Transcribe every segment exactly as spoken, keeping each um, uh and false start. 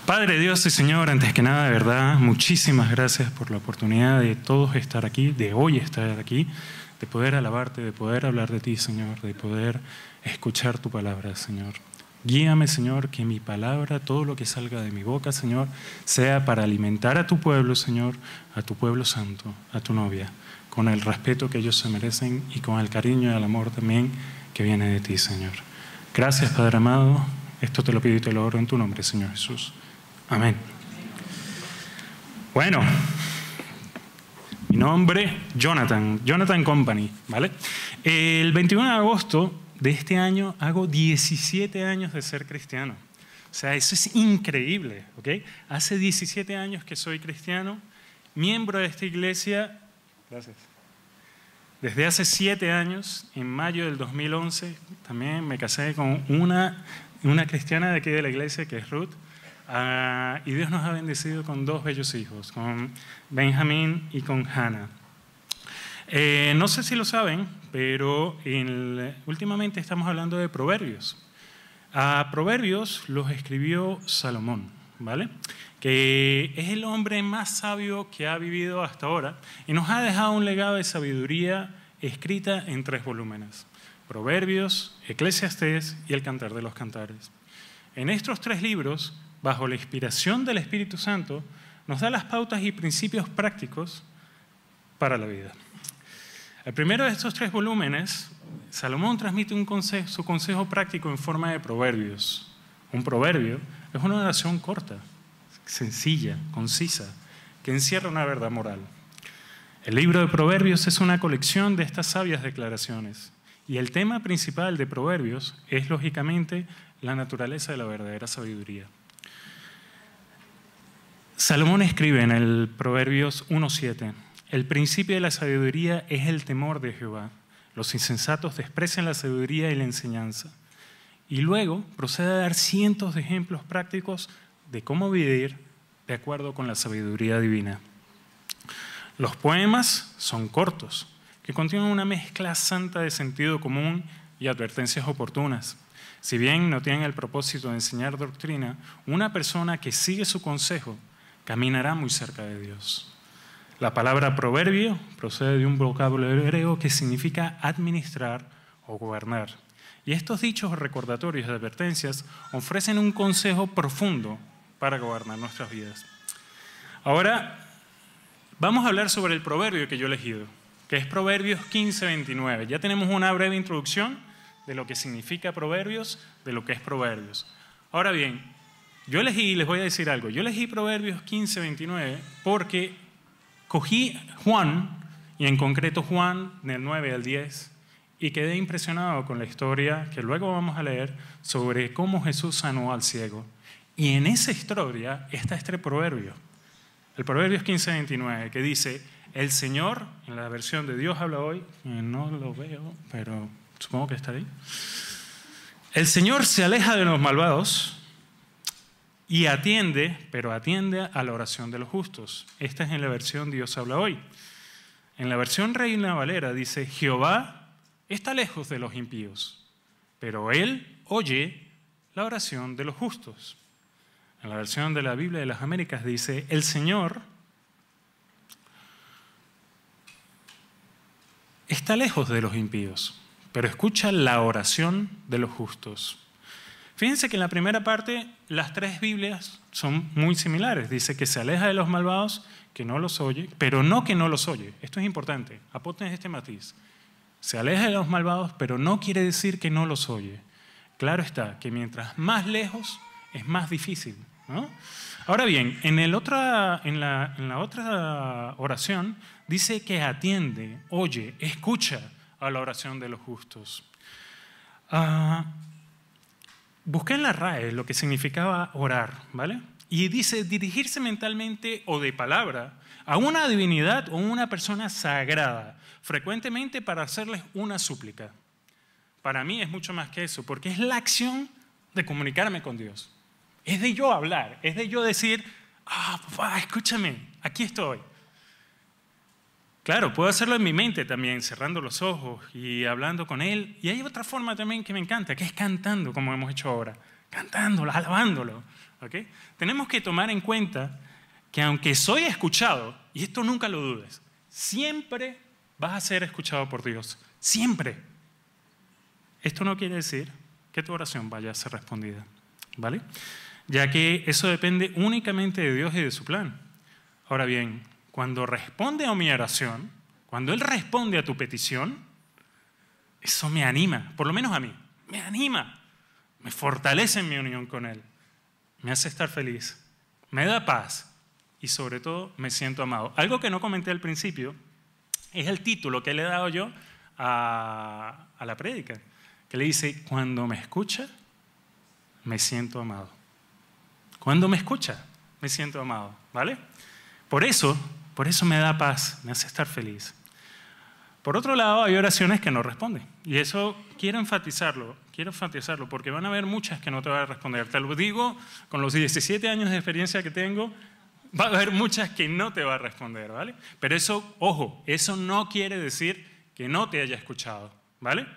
Padre Dios y Señor, antes que nada, de verdad, muchísimas gracias por la oportunidad de todos estar aquí, de hoy estar aquí, de poder alabarte, de poder hablar de ti, Señor, de poder escuchar tu palabra, Señor. Guíame, Señor, que mi palabra, todo lo que salga de mi boca, Señor, sea para alimentar a tu pueblo, Señor, a tu pueblo santo, a tu novia, con el respeto que ellos se merecen y con el cariño y el amor también que viene de ti, Señor. Gracias, Padre amado. Esto te lo pido y te lo oro en tu nombre, Señor Jesús. Amén. Bueno, mi nombre, Jonathan, Jonathan Company, ¿vale? El veintiuno de agosto de este año hago diecisiete años de ser cristiano. O sea, eso es increíble, ¿ok? Hace diecisiete años que soy cristiano, miembro de esta iglesia, gracias. Desde hace siete años, en mayo del dos mil once, también me casé con una, una cristiana de aquí de la iglesia, que es Ruth. Uh, y Dios nos ha bendecido con dos bellos hijos, con Benjamín y con Hannah. Eh, no sé si lo saben, pero el, últimamente estamos hablando de Proverbios. Uh, Proverbios los escribió Salomón, ¿vale? Que es el hombre más sabio que ha vivido hasta ahora y nos ha dejado un legado de sabiduría escrita en tres volúmenes: Proverbios, Eclesiastés y el Cantar de los Cantares. En estos tres libros, bajo la inspiración del Espíritu Santo, nos da las pautas y principios prácticos para la vida. El primero de estos tres volúmenes, Salomón transmite un consejo, su consejo práctico en forma de proverbios. Un proverbio es una oración corta, sencilla, concisa, que encierra una verdad moral. El libro de Proverbios es una colección de estas sabias declaraciones. Y el tema principal de Proverbios es, lógicamente, la naturaleza de la verdadera sabiduría. Salomón escribe en el Proverbios uno siete: el principio de la sabiduría es el temor de Jehová. Los insensatos desprecian la sabiduría y la enseñanza. Y luego procede a dar cientos de ejemplos prácticos de cómo vivir de acuerdo con la sabiduría divina. Los poemas son cortos, que contienen una mezcla santa de sentido común y advertencias oportunas. Si bien no tienen el propósito de enseñar doctrina, una persona que sigue su consejo caminará muy cerca de Dios. La palabra proverbio procede de un vocablo hebreo que significa administrar o gobernar. Y estos dichos o recordatorios de advertencias ofrecen un consejo profundo para gobernar nuestras vidas. Ahora, vamos a hablar sobre el proverbio que yo he elegido, que es Proverbios quince veintinueve. Ya tenemos una breve introducción de lo que significa proverbios, de lo que es proverbios. Ahora bien, yo elegí, les voy a decir algo, yo elegí Proverbios quince veintinueve porque cogí Juan, y en concreto Juan del nueve al diez, y quedé impresionado con la historia que luego vamos a leer sobre cómo Jesús sanó al ciego. Y en esa historia está este proverbio, el Proverbios quince veintinueve, que dice: el Señor, en la versión de Dios habla hoy, no lo veo, pero supongo que está ahí. El Señor se aleja de los malvados y atiende, pero atiende a la oración de los justos. Esta es en la versión Dios habla hoy. En la versión Reina Valera dice: Jehová está lejos de los impíos, pero Él oye la oración de los justos. En la versión de la Biblia de las Américas dice: el Señor está lejos de los impíos, pero escucha la oración de los justos. Fíjense que en la primera parte las tres Biblias son muy similares. Dice que se aleja de los malvados, que no los oye, pero no que no los oye. Esto es importante, apunten este matiz. Se aleja de los malvados, pero no quiere decir que no los oye. Claro está, que mientras más lejos es más difícil, ¿no? Ahora bien, en, el otra, en, la, en la otra oración dice que atiende, oye, escucha a la oración de los justos. Uh, busqué en la R A E lo que significaba orar, ¿vale? Y dice dirigirse mentalmente o de palabra a una divinidad o una persona sagrada, frecuentemente para hacerles una súplica. Para mí es mucho más que eso, porque es la acción de comunicarme con Dios. Es de yo hablar, es de yo decir: ah, papá, escúchame, aquí estoy. Claro, puedo hacerlo en mi mente también, cerrando los ojos y hablando con Él. Y hay otra forma también que me encanta, que es cantando, como hemos hecho ahora. cantándolo, alabándolo. ¿Okay? Tenemos que tomar en cuenta que aunque soy escuchado, y esto nunca lo dudes, siempre vas a ser escuchado por Dios. Siempre. Esto no quiere decir que tu oración vaya a ser respondida, ¿vale? Ya que eso depende únicamente de Dios y de su plan. Ahora bien, cuando responde a mi oración, cuando Él responde a tu petición, eso me anima, por lo menos a mí, me anima, me fortalece en mi unión con Él, me hace estar feliz, me da paz y sobre todo me siento amado. Algo que no comenté al principio es el título que le he dado yo a, a la prédica, que le dice, cuando me escucha, me siento amado. Cuando me escucha, me siento amado, ¿vale? Por eso, por eso me da paz, me hace estar feliz. Por otro lado, hay oraciones que no responden. Y eso quiero enfatizarlo, quiero enfatizarlo, porque van a haber muchas que no te van a responder. Te lo digo, con los diecisiete años de experiencia que tengo, va a haber muchas que no te va a responder, ¿vale? Pero eso, ojo, eso no quiere decir que no te haya escuchado, ¿vale?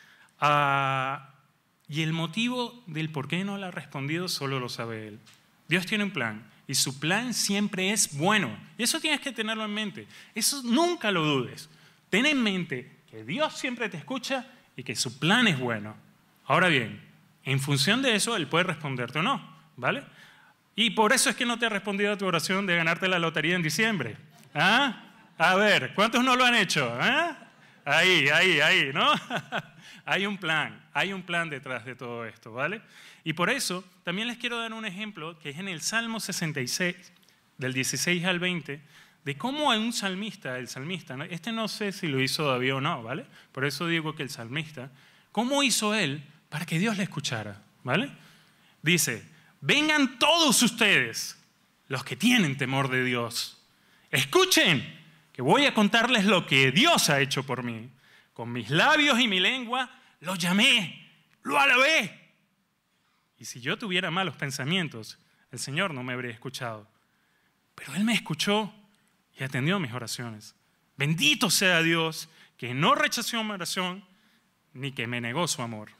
Ah, y el motivo del por qué no le ha respondido solo lo sabe Él. Dios tiene un plan y su plan siempre es bueno. Y eso tienes que tenerlo en mente. Eso nunca lo dudes. Ten en mente que Dios siempre te escucha y que su plan es bueno. Ahora bien, en función de eso, Él puede responderte o no, ¿vale? Y por eso es que no te ha respondido a tu oración de ganarte la lotería en diciembre. ¿Ah? A ver, ¿cuántos no lo han hecho? ¿Ah? Ahí, ahí, ahí, ¿no? Hay un plan, hay un plan detrás de todo esto, ¿vale? Y por eso también les quiero dar un ejemplo que es en el Salmo sesenta y seis, del dieciséis al veinte, de cómo un salmista, el salmista, ¿no? Este no sé si lo hizo David o no, ¿vale? Por eso digo que el salmista, ¿cómo hizo él para que Dios le escuchara? ¿Vale? Dice, vengan todos ustedes, los que tienen temor de Dios, escuchen, que voy a contarles lo que Dios ha hecho por mí. Con mis labios y mi lengua lo llamé, lo alabé. Y si yo tuviera malos pensamientos, el Señor no me habría escuchado. Pero Él me escuchó y atendió mis oraciones. Bendito sea Dios, que no rechazó mi oración, ni que me negó su amor.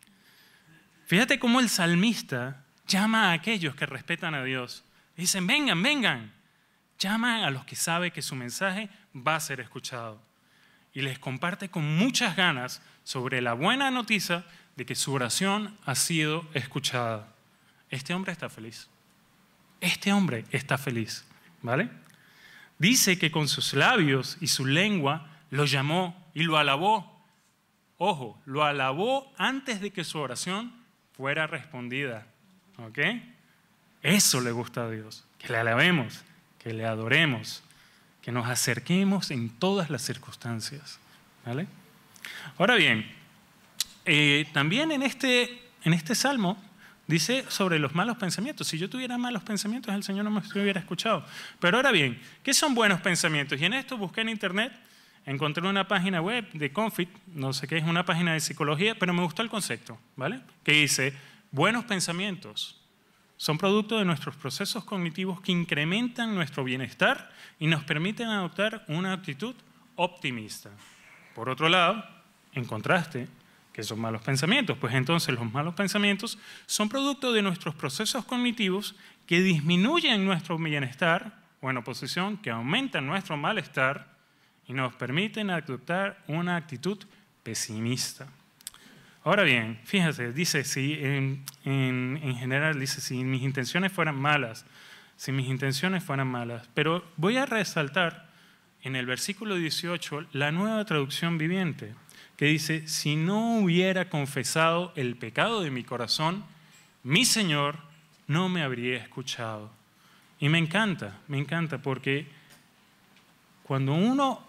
Fíjate cómo el salmista llama a aquellos que respetan a Dios. Dicen, vengan, vengan. Llama a los que saben que su mensaje va a ser escuchado. Y les comparte con muchas ganas sobre la buena noticia de que su oración ha sido escuchada. Este hombre está feliz. Este hombre está feliz, ¿vale? Dice que con sus labios y su lengua lo llamó y lo alabó. Ojo, lo alabó antes de que su oración fuera respondida, ¿ok? Eso le gusta a Dios, que le alabemos, que le adoremos, que nos acerquemos en todas las circunstancias, ¿vale? Ahora bien, eh, también en este, en este salmo dice sobre los malos pensamientos. Si yo tuviera malos pensamientos, el Señor no me hubiera escuchado. Pero ahora bien, ¿qué son buenos pensamientos? Y en esto busqué en internet, encontré una página web de Confit, no sé qué es, una página de psicología, pero me gustó el concepto, ¿vale? Que dice, buenos pensamientos son producto de nuestros procesos cognitivos que incrementan nuestro bienestar y nos permiten adoptar una actitud optimista. Por otro lado, en contraste, ¿qué son malos pensamientos? Pues entonces los malos pensamientos son producto de nuestros procesos cognitivos que disminuyen nuestro bienestar, o en oposición, que aumentan nuestro malestar y nos permiten adoptar una actitud pesimista. Ahora bien, fíjense, dice, si en, en, en general, dice, si mis intenciones fueran malas, si mis intenciones fueran malas, pero voy a resaltar en el versículo dieciocho la nueva traducción viviente, que dice, si no hubiera confesado el pecado de mi corazón, mi Señor no me habría escuchado. Y me encanta, me encanta, porque cuando uno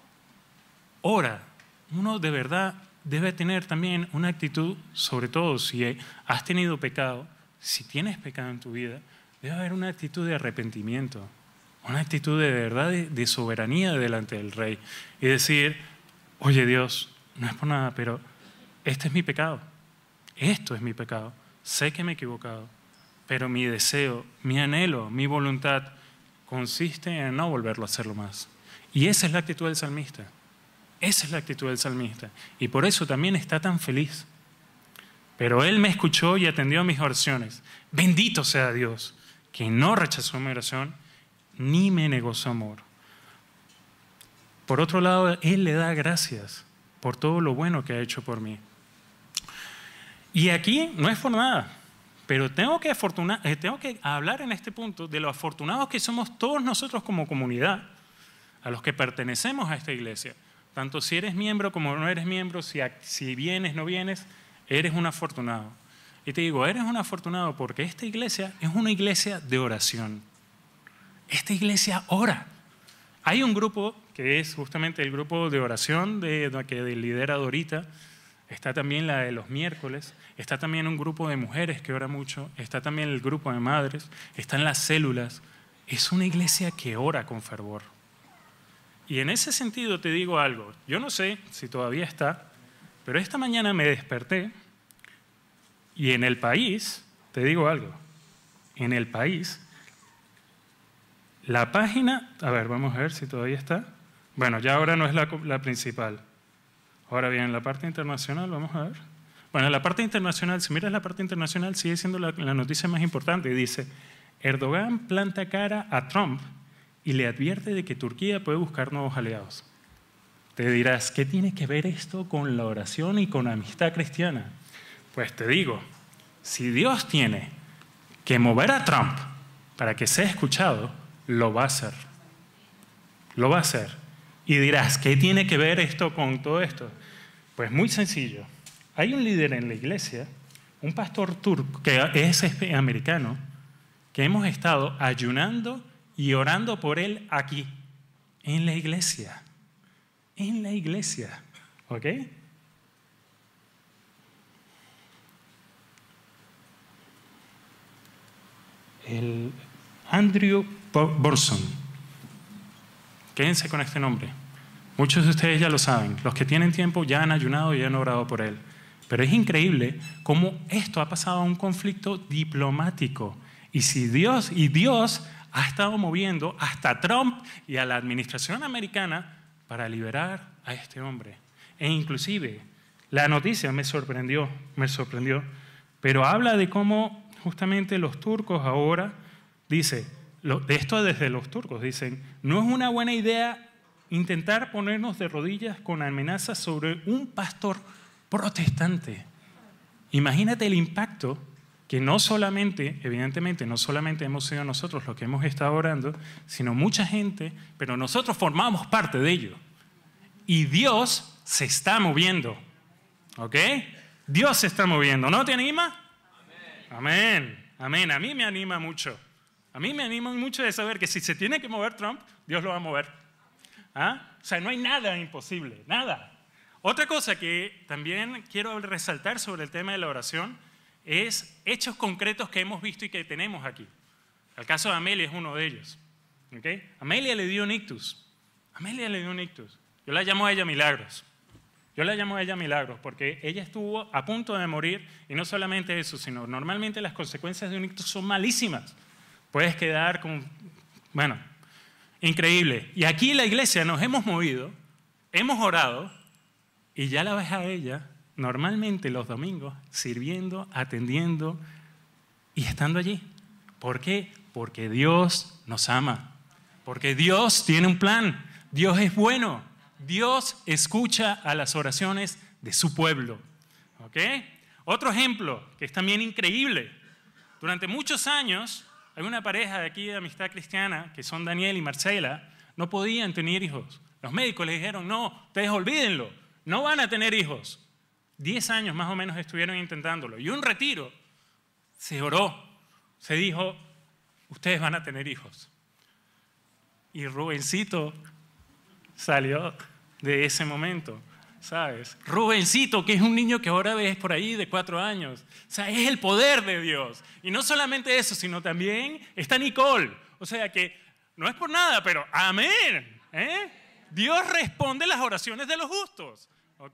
ora, uno de verdad debe tener también una actitud, sobre todo si has tenido pecado, si tienes pecado en tu vida, debe haber una actitud de arrepentimiento, una actitud de verdad de, de soberanía delante del Rey. Y decir, oye Dios, no es por nada, pero este es mi pecado, esto es mi pecado, sé que me he equivocado, pero mi deseo, mi anhelo, mi voluntad consiste en no volverlo a hacerlo más. Y esa es la actitud del salmista. Esa es la actitud del salmista. Y por eso también está tan feliz. pero Él me escuchó y atendió a mis oraciones. Bendito sea Dios, que no rechazó mi oración ni me negó su amor. Por otro lado, Él le da gracias por todo lo bueno que ha hecho por mí. Y aquí no es por nada, pero tengo que, afortuna, eh, tengo que hablar en este punto de lo afortunados que somos todos nosotros como comunidad, a los que pertenecemos a esta iglesia. Tanto si eres miembro como no eres miembro, si, si vienes, no vienes, eres un afortunado. Y te digo, eres un afortunado porque esta iglesia es una iglesia de oración. Esta iglesia ora. Hay un grupo que es justamente el grupo de oración de, de, que lidera Dorita. Está también la de los miércoles. Está también un grupo de mujeres que ora mucho. Está también el grupo de madres. Están las células. Es una iglesia que ora con fervor. Y en ese sentido te digo algo. Yo no sé si todavía está, pero esta mañana me desperté y en el país, te digo algo, en el país, la página, a ver, vamos a ver si todavía está. Bueno, ya ahora no es la, la principal. Ahora bien, la parte internacional, vamos a ver. Bueno, la parte internacional, si miras la parte internacional, sigue siendo la, la noticia más importante. Dice, Erdogan planta cara a Trump y le advierte de que Turquía puede buscar nuevos aliados. Te dirás, ¿qué tiene que ver esto con la oración y con la amistad cristiana? Pues te digo, si Dios tiene que mover a Trump para que sea escuchado, lo va a hacer. Lo va a hacer. Y dirás, ¿qué tiene que ver esto con todo esto? Pues muy sencillo. Hay un líder en la iglesia, un pastor turco, que es americano, que hemos estado ayunando y orando por él aquí, en la iglesia. En la iglesia. ¿Ok? El Andrew Borson. Quédense con este nombre. Muchos de ustedes ya lo saben. Los que tienen tiempo ya han ayunado y han orado por él. Pero es increíble cómo esto ha pasado a un conflicto diplomático. Y si Dios, y Dios ha estado moviendo hasta Trump y a la administración americana para liberar a este hombre. E inclusive, la noticia me sorprendió, me sorprendió, pero habla de cómo justamente los turcos ahora, dice, lo, de esto desde los turcos, dicen, no es una buena idea intentar ponernos de rodillas con amenazas sobre un pastor protestante. Imagínate el impacto que no solamente, evidentemente, no solamente hemos sido nosotros los que hemos estado orando, sino mucha gente, pero nosotros formamos parte de ello. Y Dios se está moviendo, ¿ok? Dios se está moviendo, ¿no te anima? Amén, amén. A mí me anima mucho. A mí me anima mucho de saber que si se tiene que mover Trump, Dios lo va a mover. ¿Ah? O sea, no hay nada imposible, nada. Otra cosa que también quiero resaltar sobre el tema de la oración es hechos concretos que hemos visto y que tenemos aquí. El caso de Amelia es uno de ellos. ¿Okay? Amelia le dio un ictus. Amelia le dio un ictus. Yo la llamo a ella Milagros. Yo la llamo a ella Milagros porque ella estuvo a punto de morir y no solamente eso, sino normalmente las consecuencias de un ictus son malísimas. Puedes quedar con... Bueno, increíble. Y aquí en la iglesia nos hemos movido, hemos orado y ya la ves a ella normalmente los domingos sirviendo, atendiendo y estando allí. ¿Por qué? Porque Dios nos ama. Porque Dios tiene un plan. Dios es bueno. Dios escucha a las oraciones de su pueblo. ¿Ok? Otro ejemplo que es también increíble. Durante muchos años, hay una pareja de aquí de Amistad Cristiana, que son Daniel y Marcela, no podían tener hijos. Los médicos les dijeron, no, ustedes olvídenlo, no van a tener hijos. Diez años más o menos estuvieron intentándolo. Y un retiro se oró, se dijo, ustedes van a tener hijos. Y Rubencito salió de ese momento, ¿sabes? Rubencito, que es un niño que ahora ves por ahí de cuatro años. O sea, es el poder de Dios. Y no solamente eso, sino también está Nicole. O sea que no es por nada, pero amén. ¿Eh? Dios responde las oraciones de los justos. ¿Ok?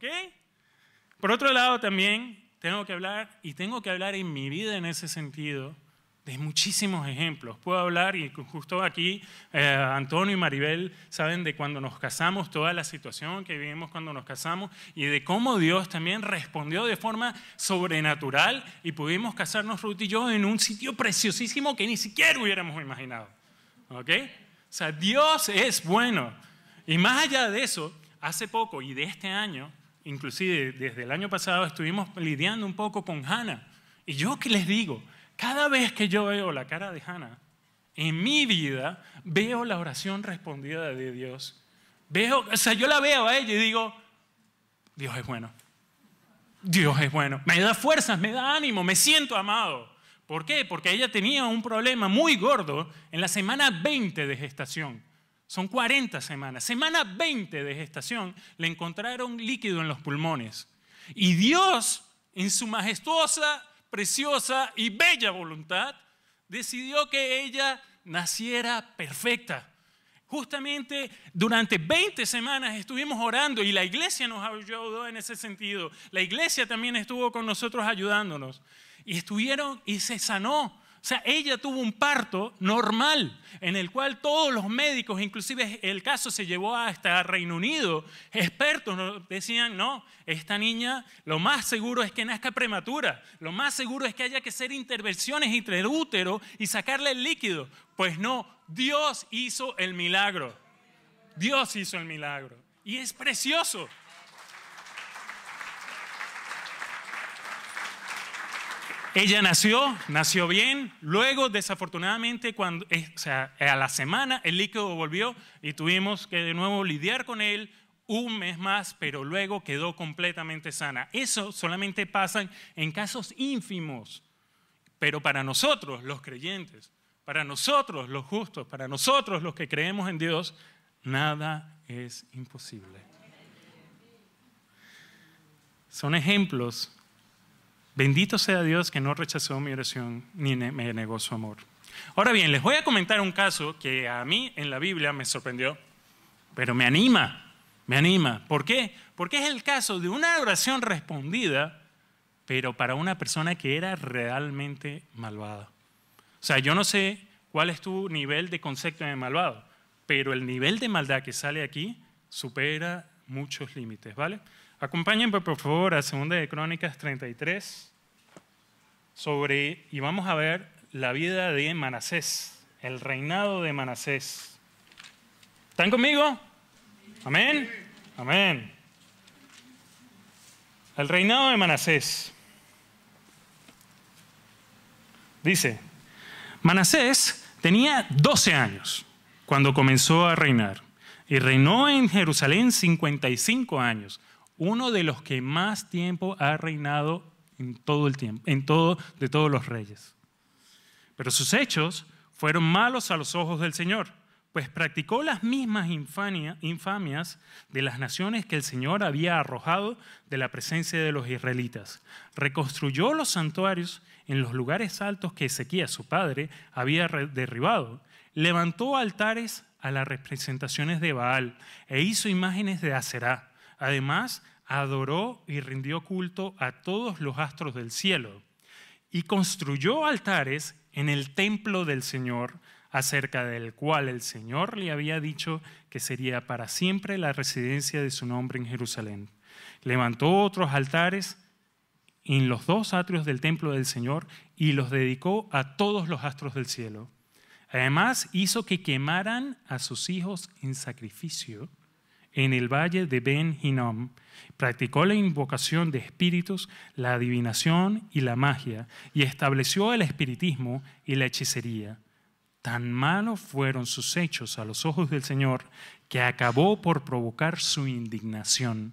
Por otro lado también tengo que hablar, y tengo que hablar en mi vida en ese sentido, de muchísimos ejemplos. Puedo hablar, y justo aquí eh, Antonio y Maribel saben de cuando nos casamos, toda la situación que vivimos cuando nos casamos y de cómo Dios también respondió de forma sobrenatural y pudimos casarnos Ruth y yo en un sitio preciosísimo que ni siquiera hubiéramos imaginado. ¿Ok? O sea, Dios es bueno. Y más allá de eso, hace poco y de este año, inclusive desde el año pasado, estuvimos lidiando un poco con Hannah. Y yo que les digo, cada vez que yo veo la cara de Hannah, en mi vida veo la oración respondida de Dios. Veo, o sea, yo la veo a ella y digo, Dios es bueno. Dios es bueno. Me da fuerzas, me da ánimo, me siento amado. ¿Por qué? Porque ella tenía un problema muy gordo en la semana veinte de gestación. Son cuarenta semanas. Semana veinte de gestación le encontraron líquido en los pulmones. Y Dios, en su majestuosa, preciosa y bella voluntad, decidió que ella naciera perfecta. Justamente durante veinte semanas estuvimos orando y la iglesia nos ayudó en ese sentido. La iglesia también estuvo con nosotros ayudándonos. Y estuvieron y se sanó. O sea, ella tuvo un parto normal en el cual todos los médicos, inclusive el caso se llevó hasta Reino Unido, expertos nos decían, no, esta niña lo más seguro es que nazca prematura, lo más seguro es que haya que hacer intervenciones intraútero y sacarle el líquido. Pues no, Dios hizo el milagro. Dios hizo el milagro. Y es precioso. Ella nació, nació bien, luego desafortunadamente cuando, o sea, a la semana el líquido volvió y tuvimos que de nuevo lidiar con él un mes más, pero luego quedó completamente sana. Eso solamente pasa en casos ínfimos, pero para nosotros los creyentes, para nosotros los justos, para nosotros los que creemos en Dios, nada es imposible. Son ejemplos. Bendito sea Dios que no rechazó mi oración ni me negó su amor. Ahora bien, les voy a comentar un caso que a mí en la Biblia me sorprendió, pero me anima, me anima. ¿Por qué? Porque es el caso de una oración respondida, pero para una persona que era realmente malvada. O sea, yo no sé cuál es tu nivel de concepto de malvado, pero el nivel de maldad que sale aquí supera muchos límites, ¿vale? Acompáñenme por favor a Segunda de Crónicas treinta y tres sobre, y vamos a ver la vida de Manasés, el reinado de Manasés. ¿Están conmigo? ¿Amén? Amén. El reinado de Manasés. Dice, Manasés tenía doce años cuando comenzó a reinar y reinó en Jerusalén cincuenta y cinco años. Uno de los que más tiempo ha reinado en todo el tiempo, en todo, de todos los reyes. Pero sus hechos fueron malos a los ojos del Señor, pues practicó las mismas infamia, infamias de las naciones que el Señor había arrojado de la presencia de los israelitas. Reconstruyó los santuarios en los lugares altos que Ezequías, su padre, había derribado. Levantó altares a las representaciones de Baal e hizo imágenes de Aserá. Además, adoró y rindió culto a todos los astros del cielo y construyó altares en el templo del Señor, acerca del cual el Señor le había dicho que sería para siempre la residencia de su nombre en Jerusalén. Levantó otros altares en los dos atrios del templo del Señor y los dedicó a todos los astros del cielo. Además, hizo que quemaran a sus hijos en sacrificio en el valle de Ben Hinnom. Practicó la invocación de espíritus, la adivinación y la magia, y estableció el espiritismo y la hechicería. Tan malos fueron sus hechos a los ojos del Señor que acabó por provocar su indignación.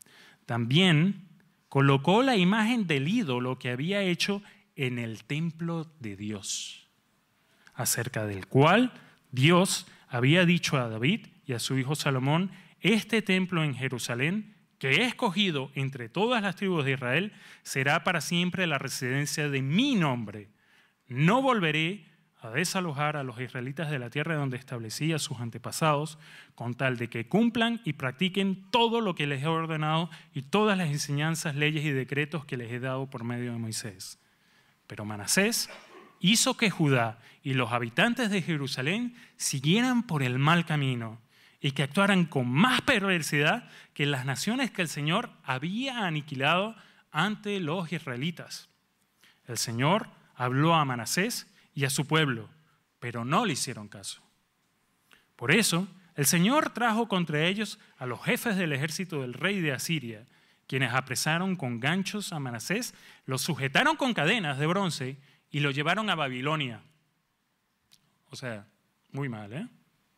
También colocó la imagen del ídolo que había hecho en el templo de Dios, acerca del cual Dios había dicho a David y a su hijo Salomón: este templo en Jerusalén, que he escogido entre todas las tribus de Israel, será para siempre la residencia de mi nombre. No volveré a desalojar a los israelitas de la tierra donde establecí a sus antepasados, con tal de que cumplan y practiquen todo lo que les he ordenado y todas las enseñanzas, leyes y decretos que les he dado por medio de Moisés. Pero Manasés hizo que Judá y los habitantes de Jerusalén siguieran por el mal camino y que actuaran con más perversidad que las naciones que el Señor había aniquilado ante los israelitas. El Señor habló a Manasés y a su pueblo, pero no le hicieron caso. Por eso, el Señor trajo contra ellos a los jefes del ejército del rey de Asiria, quienes apresaron con ganchos a Manasés, lo sujetaron con cadenas de bronce y lo llevaron a Babilonia. O sea, muy mal, ¿eh?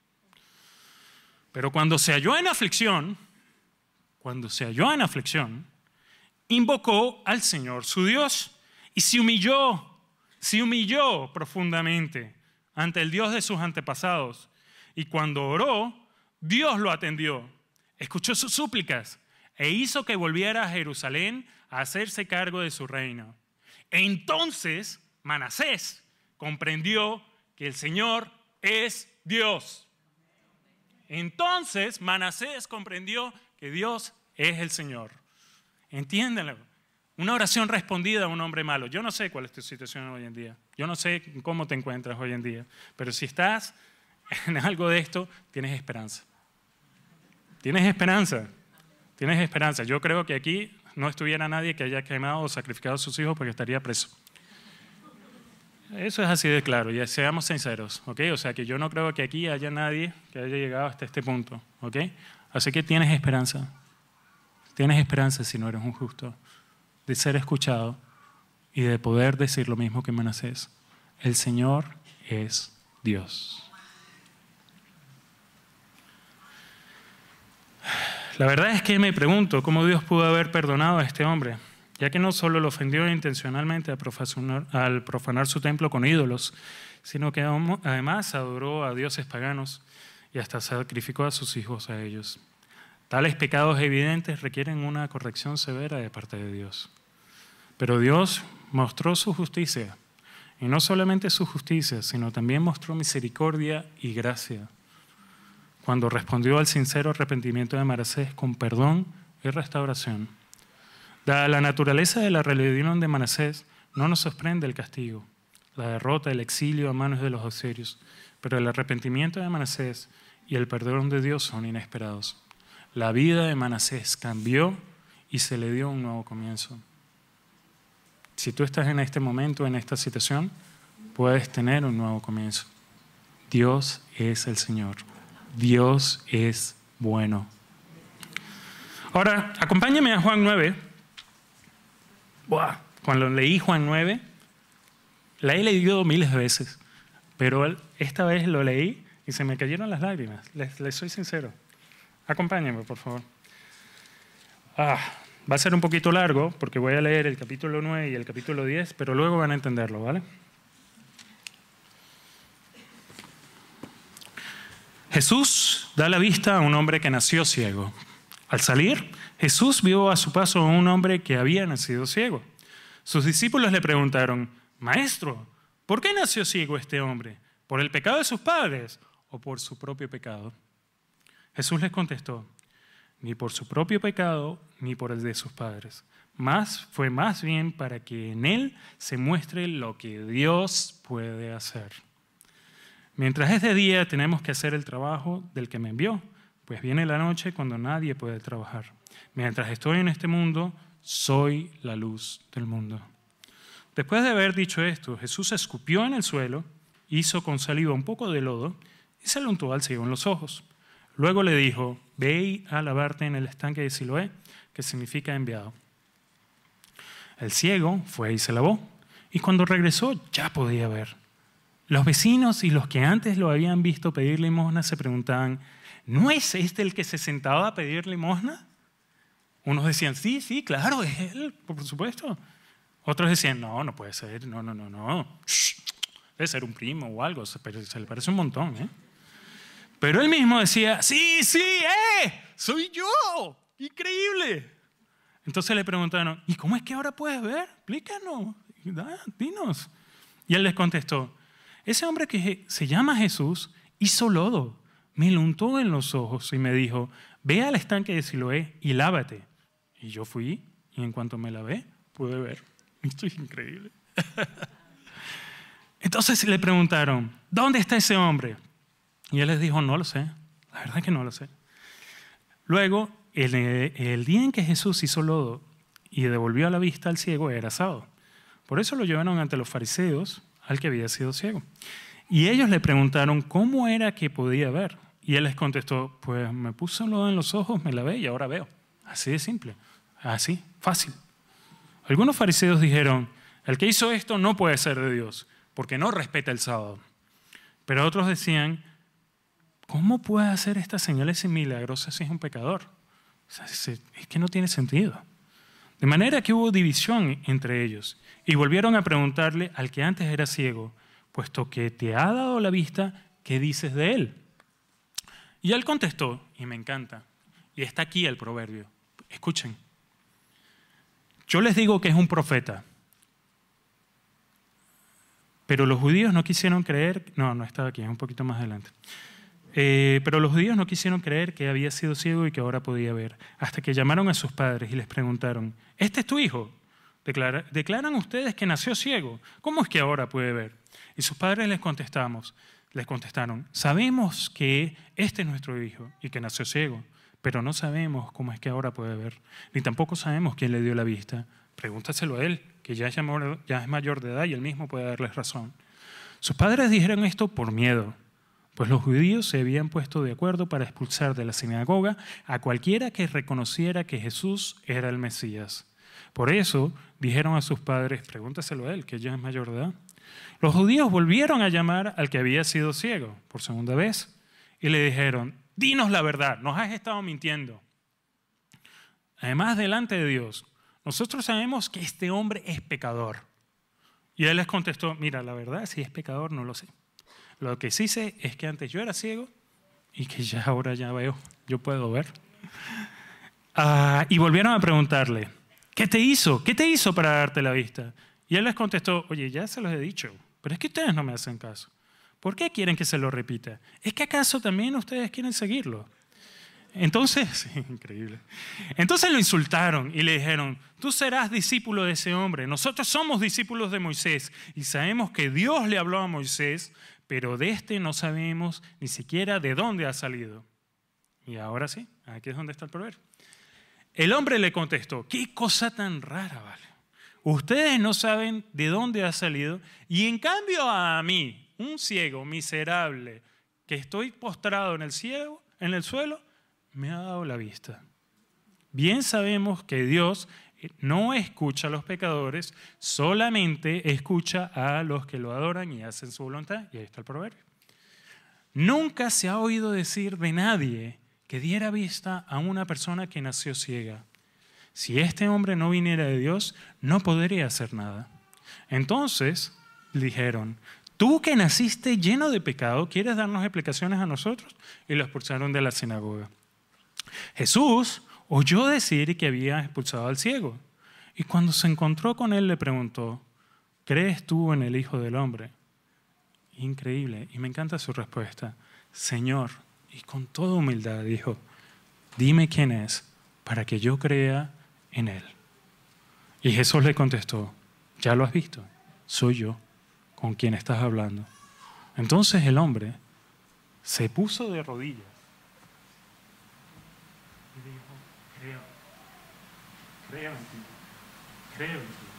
Pero cuando se halló en aflicción, cuando se halló en aflicción, invocó al Señor su Dios y se humilló, se humilló profundamente ante el Dios de sus antepasados. Y cuando oró, Dios lo atendió, escuchó sus súplicas e hizo que volviera a Jerusalén a hacerse cargo de su reino. Entonces Manasés comprendió que el Señor es Dios. Entonces Manasés comprendió que Dios es el Señor. Entiéndanlo. Una oración respondida a un hombre malo. Yo no sé cuál es tu situación hoy en día. Yo no sé cómo te encuentras hoy en día. Pero si estás en algo de esto, tienes esperanza. Tienes esperanza. Tienes esperanza. Yo creo que aquí no estuviera nadie que haya quemado o sacrificado a sus hijos porque estaría preso. Eso es así de claro, y seamos sinceros, ¿ok? O sea que yo no creo que aquí haya nadie que haya llegado hasta este punto, ¿ok? Así que tienes esperanza. Tienes esperanza si no eres un justo, de ser escuchado y de poder decir lo mismo que Manasés. El Señor es Dios. La verdad es que me pregunto cómo Dios pudo haber perdonado a este hombre, ya que no solo lo ofendió intencionalmente al profanar, al profanar su templo con ídolos, sino que además adoró a dioses paganos y hasta sacrificó a sus hijos a ellos. Tales pecados evidentes requieren una corrección severa de parte de Dios. Pero Dios mostró su justicia, y no solamente su justicia, sino también mostró misericordia y gracia, cuando respondió al sincero arrepentimiento de Manasés con perdón y restauración. Dada la naturaleza de la rebelión de Manasés, no nos sorprende el castigo, la derrota, el exilio a manos de los asirios, pero el arrepentimiento de Manasés y el perdón de Dios son inesperados. La vida de Manasés cambió y se le dio un nuevo comienzo. Si tú estás en este momento, en esta situación, puedes tener un nuevo comienzo. Dios es el Señor. Dios es bueno. Ahora, acompáñame a Juan nueve. Buah, cuando leí Juan nueve, la he leído miles de veces, pero esta vez lo leí y se me cayeron las lágrimas. Les, les soy sincero. Acompáñenme, por favor. Ah, va a ser un poquito largo porque voy a leer el capítulo nueve y el capítulo diez, pero luego van a entenderlo, ¿vale? Jesús da la vista a un hombre que nació ciego. Al salir, Jesús vio a su paso a un hombre que había nacido ciego. Sus discípulos le preguntaron: Maestro, ¿por qué nació ciego este hombre? ¿Por el pecado de sus padres o por su propio pecado? Jesús les contestó: Ni por su propio pecado ni por el de sus padres. Más fue más bien para que en él se muestre lo que Dios puede hacer. Mientras es de día, tenemos que hacer el trabajo del que me envió, pues viene la noche cuando nadie puede trabajar. Mientras estoy en este mundo, soy la luz del mundo. Después de haber dicho esto, Jesús escupió en el suelo, hizo con saliva un poco de lodo y se lo untó al ciego en los ojos. Luego le dijo: Ve a lavarte en el estanque de Siloé, que significa enviado. El ciego fue y se lavó, y cuando regresó ya podía ver. Los vecinos y los que antes lo habían visto pedir limosna se preguntaban: ¿no es este el que se sentaba a pedir limosna? Unos decían: sí, sí, claro, es él, por supuesto. Otros decían: no, no puede ser, no, no, no, no. Shh, debe ser un primo o algo, pero se le parece un montón, ¿eh? Pero él mismo decía: sí, sí, eh, soy yo, increíble. Entonces le preguntaron: ¿y cómo es que ahora puedes ver? Explícanos, dinos. Y él les contestó: ese hombre que se llama Jesús hizo lodo, me lo untó en los ojos y me dijo: ve al estanque de Siloé y lávate. Y yo fui y en cuanto me lavé, pude ver. Esto es increíble. Entonces le preguntaron, ¿dónde está ese hombre? Y él les dijo, no lo sé, la verdad que no lo sé. Luego, el, el día en que Jesús hizo lodo y devolvió la vista al ciego era sábado. Por eso lo llevaron ante los fariseos al que había sido ciego. Y ellos le preguntaron cómo era que podía ver. Y él les contestó, pues me puse un lodo en los ojos, me lavé y ahora veo. Así de simple, así, fácil. Algunos fariseos dijeron, el que hizo esto no puede ser de Dios, porque no respeta el sábado. Pero otros decían, ¿cómo puede hacer estas señales milagrosas si es un pecador? O sea, es que no tiene sentido. De manera que hubo división entre ellos y volvieron a preguntarle al que antes era ciego, puesto que te ha dado la vista, ¿qué dices de él? Y él contestó, y me encanta, y está aquí el proverbio. Escuchen. Yo les digo que es un profeta. Pero los judíos no quisieron creer, no, no estaba aquí, es un poquito más adelante. Eh, pero los judíos no quisieron creer que había sido ciego y que ahora podía ver, hasta que llamaron a sus padres y les preguntaron, ¿este es tu hijo? Declara, ¿Declaran ustedes que nació ciego? ¿Cómo es que ahora puede ver? Y sus padres les contestamos, les contestaron, sabemos que este es nuestro hijo y que nació ciego, pero no sabemos cómo es que ahora puede ver, ni tampoco sabemos quién le dio la vista. Pregúntaselo a él, que ya es, ya es mayor de edad y él mismo puede darles razón. Sus padres dijeron esto por miedo, pues los judíos se habían puesto de acuerdo para expulsar de la sinagoga a cualquiera que reconociera que Jesús era el Mesías. Por eso dijeron a sus padres, pregúntaselo a él, que ya es mayor de edad. Los judíos volvieron a llamar al que había sido ciego por segunda vez y le dijeron, dinos la verdad, nos has estado mintiendo. Además, delante de Dios, nosotros sabemos que este hombre es pecador. Y él les contestó, mira, la verdad, si es pecador no lo sé. Lo que sí sé es que antes yo era ciego y que ya ahora ya veo, yo puedo ver. Uh, y volvieron a preguntarle, ¿qué te hizo? ¿Qué te hizo para darte la vista? Y él les contestó, oye, ya se los he dicho, pero es que ustedes no me hacen caso. ¿Por qué quieren que se lo repita? ¿Es que acaso también ustedes quieren seguirlo? Entonces, sí, increíble. Entonces lo insultaron y le dijeron, tú serás discípulo de ese hombre, nosotros somos discípulos de Moisés y sabemos que Dios le habló a Moisés, pero de este no sabemos ni siquiera de dónde ha salido. Y ahora sí, aquí es donde está el proverbio. El hombre le contestó, qué cosa tan rara, vale. Ustedes no saben de dónde ha salido y en cambio a mí, un ciego miserable, que estoy postrado en el, cielo, en el suelo, me ha dado la vista. Bien sabemos que Dios no escucha a los pecadores, solamente escucha a los que lo adoran y hacen su voluntad. Y ahí está el proverbio. Nunca se ha oído decir de nadie que diera vista a una persona que nació ciega. Si este hombre no viniera de Dios, no podría hacer nada. Entonces dijeron, tú que naciste lleno de pecado, ¿quieres darnos explicaciones a nosotros? Y lo expulsaron de la sinagoga. Jesús oyó decir que había expulsado al ciego. Y cuando se encontró con él, le preguntó, ¿crees tú en el Hijo del Hombre? Increíble. Y me encanta su respuesta. Señor, y con toda humildad dijo, dime quién es para que yo crea en él. Y Jesús le contestó, ya lo has visto, soy yo con quien estás hablando. Entonces el hombre se puso de rodillas y dijo, creo, creo en ti, creo en ti.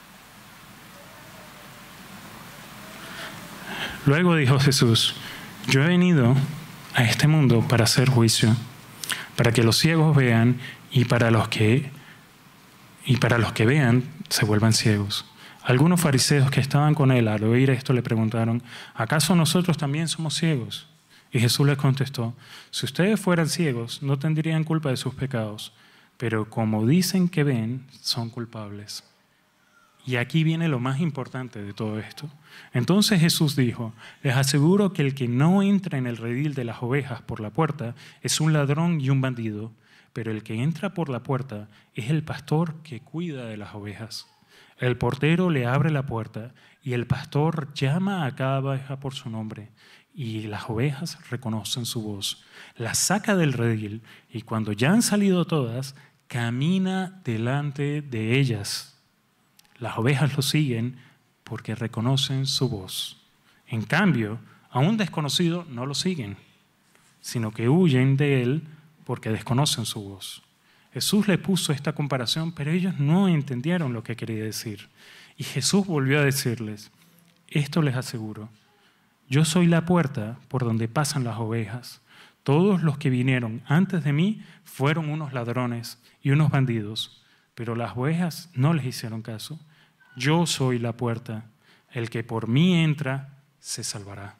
Luego dijo Jesús, yo he venido a este mundo para hacer juicio, para que los ciegos vean y para los que, y para los que vean se vuelvan ciegos. Algunos fariseos que estaban con él al oír esto le preguntaron, ¿acaso nosotros también somos ciegos? Y Jesús les contestó, si ustedes fueran ciegos no tendrían culpa de sus pecados, pero como dicen que ven, son culpables. Y aquí viene lo más importante de todo esto. Entonces Jesús dijo, les aseguro que el que no entra en el redil de las ovejas por la puerta es un ladrón y un bandido, pero el que entra por la puerta es el pastor que cuida de las ovejas. El portero le abre la puerta y el pastor llama a cada oveja por su nombre y las ovejas reconocen su voz. Las saca del redil y cuando ya han salido todas, camina delante de ellas. Las ovejas lo siguen porque reconocen su voz. En cambio, a un desconocido no lo siguen, sino que huyen de él porque desconocen su voz. Jesús le puso esta comparación, pero ellos no entendieron lo que quería decir. Y Jesús volvió a decirles, esto les aseguro, yo soy la puerta por donde pasan las ovejas. Todos los que vinieron antes de mí fueron unos ladrones y unos bandidos, pero las ovejas no les hicieron caso. Yo soy la puerta, el que por mí entra se salvará.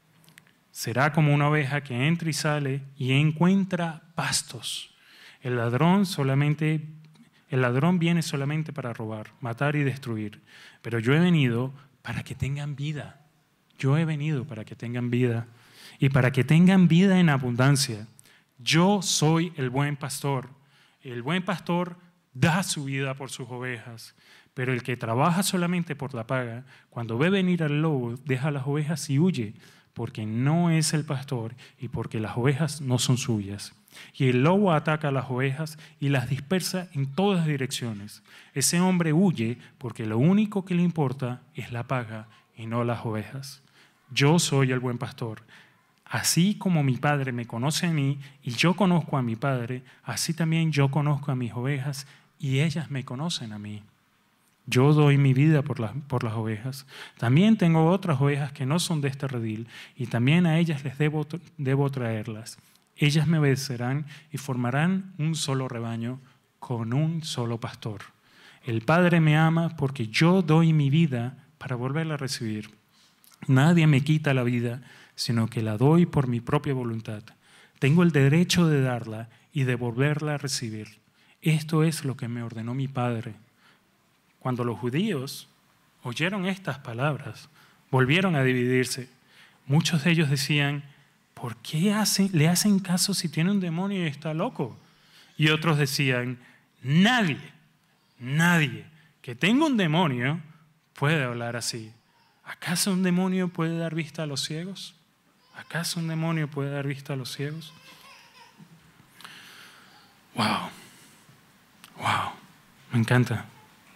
Será como una oveja que entra y sale y encuentra pastos. El ladrón solamente, el ladrón viene solamente para robar, matar y destruir. Pero yo he venido para que tengan vida. Yo he venido para que tengan vida y para que tengan vida en abundancia. Yo soy el buen pastor. El buen pastor da su vida por sus ovejas. Pero el que trabaja solamente por la paga, cuando ve venir al lobo, deja las ovejas y huye, porque no es el pastor y porque las ovejas no son suyas. Y el lobo ataca a las ovejas y las dispersa en todas direcciones. Ese hombre huye porque lo único que le importa es la paga y no las ovejas. Yo soy el buen pastor. Así como mi Padre me conoce a mí y yo conozco a mi Padre, así también yo conozco a mis ovejas y ellas me conocen a mí. Yo doy mi vida por las, por las ovejas. También tengo otras ovejas que no son de este redil y también a ellas les debo, debo traerlas. Ellas me obedecerán y formarán un solo rebaño con un solo pastor. El Padre me ama porque yo doy mi vida para volverla a recibir. Nadie me quita la vida, sino que la doy por mi propia voluntad. Tengo el derecho de darla y de volverla a recibir. Esto es lo que me ordenó mi Padre. Cuando los judíos oyeron estas palabras, volvieron a dividirse. Muchos de ellos decían, ¿por qué hacen, le hacen caso si tiene un demonio y está loco? Y otros decían, nadie, nadie que tenga un demonio puede hablar así. ¿Acaso un demonio puede dar vista a los ciegos? ¿Acaso un demonio puede dar vista a los ciegos? Wow, wow, me encanta.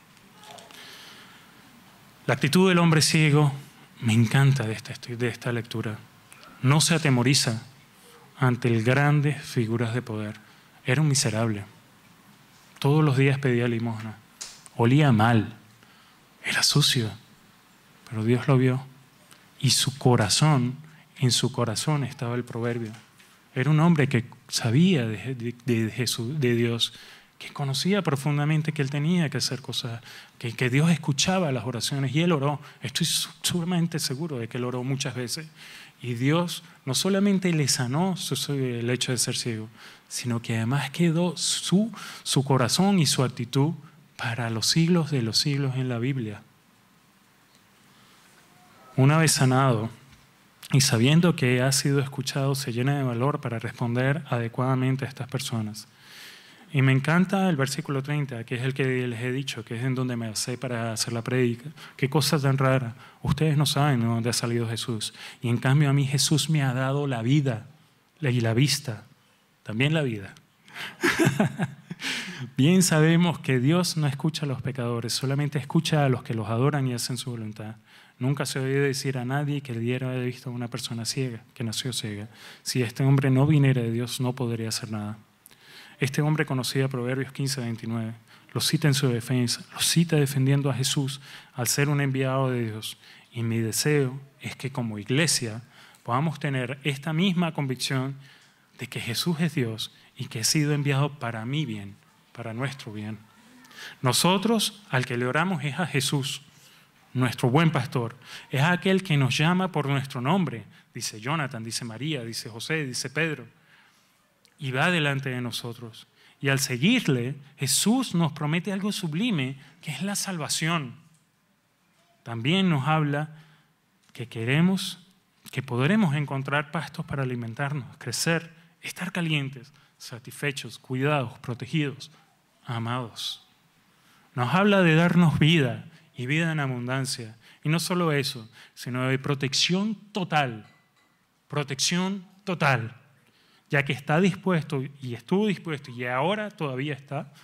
La actitud del hombre ciego me encanta de esta, de esta lectura. No se atemoriza ante las grandes figuras de poder. Era un miserable. Todos los días pedía limosna. Olía mal. Era sucio. Pero Dios lo vio. Y su corazón, en su corazón estaba el proverbio. Era un hombre que sabía de, de, de Jesús, de Dios, que conocía profundamente que él tenía que hacer cosas, que, que Dios escuchaba las oraciones y él oró. Estoy sumamente seguro de que él oró muchas veces. Y Dios no solamente le sanó su, el hecho de ser ciego, sino que además quedó su, su corazón y su actitud para los siglos de los siglos en la Biblia. Una vez sanado y sabiendo que ha sido escuchado, se llena de valor para responder adecuadamente a estas personas. Y me encanta el versículo treinta, que es el que les he dicho, que es en donde me basé para hacer la prédica. Qué cosa tan rara. Ustedes no saben de dónde ha salido Jesús. Y en cambio a mí Jesús me ha dado la vida y la vista. También la vida. Bien sabemos que Dios no escucha a los pecadores, solamente escucha a los que los adoran y hacen su voluntad. Nunca se oye decir a nadie que le diera de vista a una persona ciega, que nació ciega. Si este hombre no viniera de Dios, no podría hacer nada. Este hombre conocía Proverbios quince, veintinueve, lo cita en su defensa, lo cita defendiendo a Jesús al ser un enviado de Dios. Y mi deseo es que como iglesia podamos tener esta misma convicción de que Jesús es Dios y que ha sido enviado para mi bien, para nuestro bien. Nosotros al que le oramos es a Jesús, nuestro buen pastor. Es aquel que nos llama por nuestro nombre, dice Jonathan, dice María, dice José, dice Pedro. Y va delante de nosotros. Y al seguirle, Jesús nos promete algo sublime, que es la salvación. También nos habla que queremos, que podremos encontrar pastos para alimentarnos, crecer, estar calientes, satisfechos, cuidados, protegidos, amados. Nos habla de darnos vida y vida en abundancia. Y no solo eso, sino de protección total. Protección total. Ya que está dispuesto y estuvo dispuesto y ahora todavía está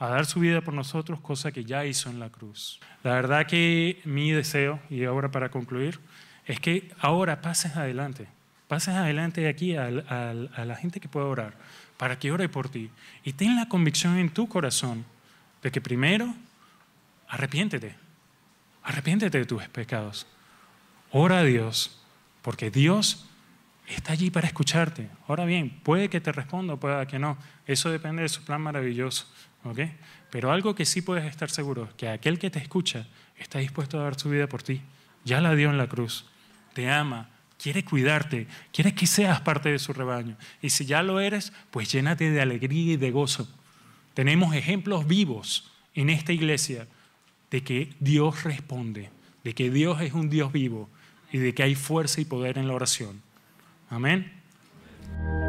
a dar su vida por nosotros, cosa que ya hizo en la cruz. La verdad que mi deseo, y ahora para concluir, es que ahora pases adelante, pases adelante de aquí a, a, a la gente que pueda orar, para que ore por ti. Y ten la convicción en tu corazón de que primero, arrepiéntete, arrepiéntete de tus pecados. Ora a Dios, porque Dios está allí para escucharte. Ahora bien, puede que te responda o pueda que no. Eso depende de su plan maravilloso. ¿Okay? Pero algo que sí puedes estar seguro, que aquel que te escucha está dispuesto a dar su vida por ti. Ya la dio en la cruz. Te ama, quiere cuidarte, quiere que seas parte de su rebaño. Y si ya lo eres, pues llénate de alegría y de gozo. Tenemos ejemplos vivos en esta iglesia de que Dios responde, de que Dios es un Dios vivo y de que hay fuerza y poder en la oración. Amén.